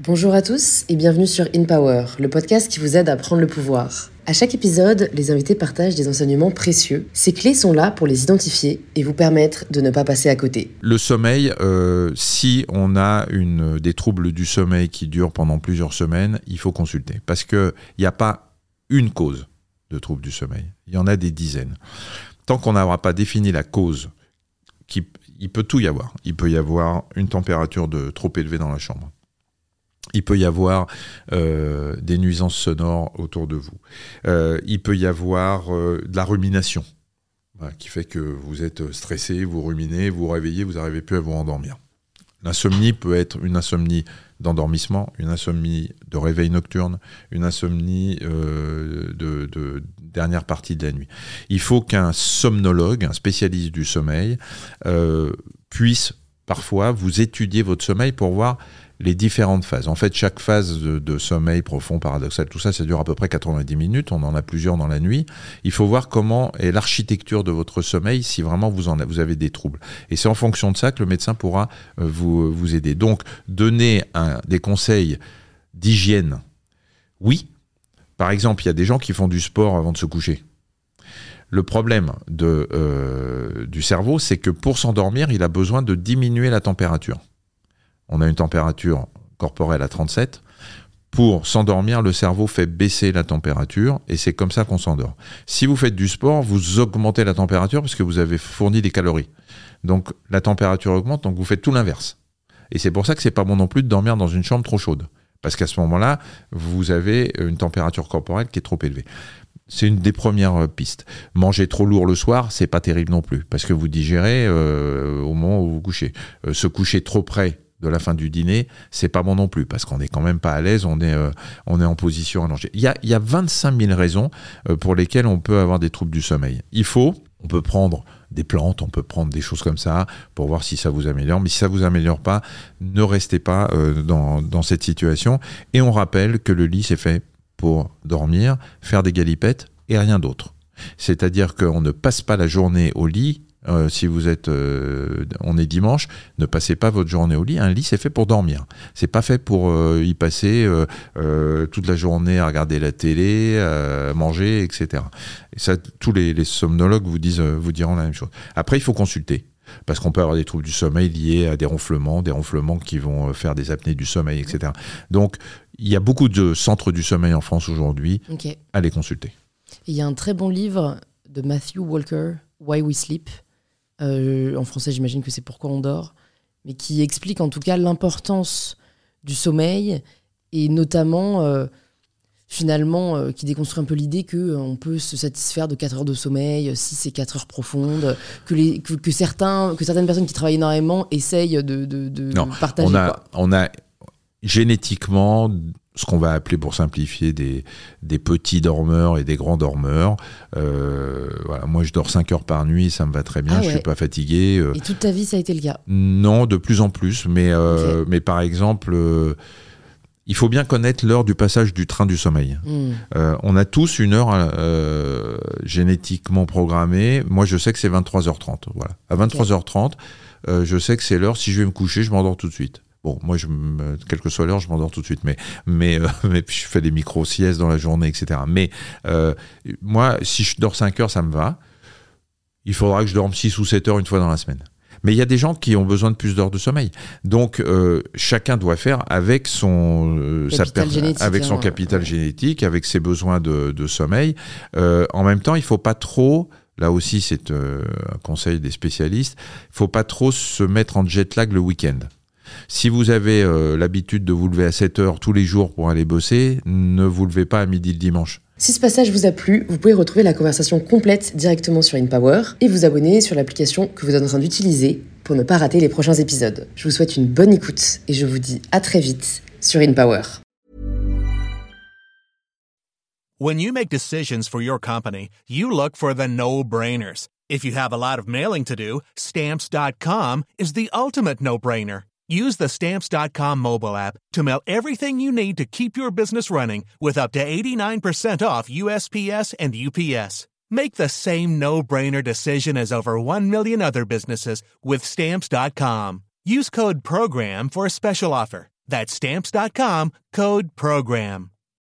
Bonjour à tous et bienvenue sur In Power, le podcast qui vous aide à prendre le pouvoir. À chaque épisode, les invités partagent des enseignements précieux. Ces clés sont là pour les identifier et vous permettre de ne pas passer à côté. Le sommeil, si on a des troubles du sommeil qui durent pendant plusieurs semaines, il faut consulter. Parce qu'il n'y a pas une cause de troubles du sommeil. Il y en a des dizaines. Tant qu'on n'aura pas défini la cause, il peut tout y avoir. Il peut y avoir une température trop élevée dans la chambre. Il peut y avoir des nuisances sonores autour de vous. Il peut y avoir de la rumination, qui fait que vous êtes stressé, vous ruminez, vous vous réveillez, vous n'arrivez plus à vous endormir. L'insomnie peut être une insomnie d'endormissement, une insomnie de réveil nocturne, une insomnie de dernière partie de la nuit. Il faut qu'un somnologue, un spécialiste du sommeil, puisse parfois vous étudier votre sommeil pour voir les différentes phases. En fait, chaque phase de sommeil profond, paradoxal, tout ça, ça dure à peu près 90 minutes. On en a plusieurs dans la nuit. Il faut voir comment est l'architecture de votre sommeil si vraiment vous avez des troubles. Et c'est en fonction de ça que le médecin pourra vous aider. Donc, donner des conseils d'hygiène, oui. Par exemple, il y a des gens qui font du sport avant de se coucher. Le problème du cerveau, c'est que pour s'endormir, il a besoin de diminuer la température. On a une température corporelle à 37. Pour s'endormir, le cerveau fait baisser la température et c'est comme ça qu'on s'endort. Si vous faites du sport, vous augmentez la température parce que vous avez fourni des calories. Donc la température augmente, donc vous faites tout l'inverse. Et c'est pour ça que c'est pas bon non plus de dormir dans une chambre trop chaude. Parce qu'à ce moment-là, vous avez une température corporelle qui est trop élevée. C'est une des premières pistes. Manger trop lourd le soir, c'est pas terrible non plus, parce que vous digérez au moment où vous vous couchez. Se coucher trop près de la fin du dîner, c'est pas bon non plus, parce qu'on n'est quand même pas à l'aise, on est en position allongée. Il y a 25 000 raisons pour lesquelles on peut avoir des troubles du sommeil. On peut prendre des plantes, on peut prendre des choses comme ça pour voir si ça vous améliore. Mais si ça vous améliore pas, ne restez pas dans cette situation. Et on rappelle que le lit, c'est fait pour dormir, faire des galipettes et rien d'autre. C'est-à-dire qu'on ne passe pas la journée au lit. Si vous êtes, on est dimanche, ne passez pas votre journée au lit. Un lit, c'est fait pour dormir. C'est pas fait pour y passer toute la journée à regarder la télé, à manger, etc. Et ça, tous les somnologues vous diront la même chose. Après, il faut consulter. Parce qu'on peut avoir des troubles du sommeil liés à des ronflements qui vont faire des apnées du sommeil, etc. Donc, il y a beaucoup de centres du sommeil en France aujourd'hui. Okay. Allez consulter. Il y a un très bon livre de Matthew Walker, Why We Sleep. En français, j'imagine que c'est Pourquoi on dort, mais qui explique en tout cas l'importance du sommeil et notamment, finalement, qui déconstruit un peu l'idée qu'on peut se satisfaire de 4 heures de sommeil, 6 et 4 heures profondes, que certaines personnes qui travaillent énormément essayent de partager. On a génétiquement ce qu'on va appeler, pour simplifier, des petits dormeurs et des grands dormeurs. Voilà, moi, je dors 5 heures par nuit, ça me va très bien, je suis pas fatigué. Et toute ta vie, ça a été le cas ? Non, de plus en plus. Mais par exemple, il faut bien connaître l'heure du passage du train du sommeil. On a tous une heure génétiquement programmée. Moi, je sais que c'est 23h30. Voilà. À 23h30, je sais que c'est l'heure. Si je vais me coucher, je m'endors tout de suite. Bon, moi, quelle que soit l'heure, je m'endors tout de suite. Mais puis je fais des micro-siestes dans la journée, etc. Mais moi, si je dors 5 heures, ça me va. Il faudra que je dorme 6 ou 7 heures une fois dans la semaine. Mais il y a des gens qui ont besoin de plus d'heures de sommeil. Donc, chacun doit faire avec son capital génétique, avec ses besoins de sommeil. En même temps, il ne faut pas trop... Là aussi, c'est un conseil des spécialistes. Il ne faut pas trop se mettre en jet lag le week-end. Si vous avez l'habitude de vous lever à 7 heures tous les jours pour aller bosser, ne vous levez pas à midi le dimanche. Si ce passage vous a plu, vous pouvez retrouver la conversation complète directement sur InPower et vous abonner sur l'application que vous êtes en train d'utiliser pour ne pas rater les prochains épisodes. Je vous souhaite une bonne écoute et je vous dis à très vite sur InPower. When you make decisions for your company, you look for the no-brainers. If you have a lot of mailing to do, Stamps.com is the ultimate no-brainer. Use the Stamps.com mobile app to mail everything you need to keep your business running with up to 89% off USPS and UPS. Make the same no-brainer decision as over 1 million other businesses with Stamps.com. Use code PROGRAM for a special offer. That's Stamps.com, code PROGRAM.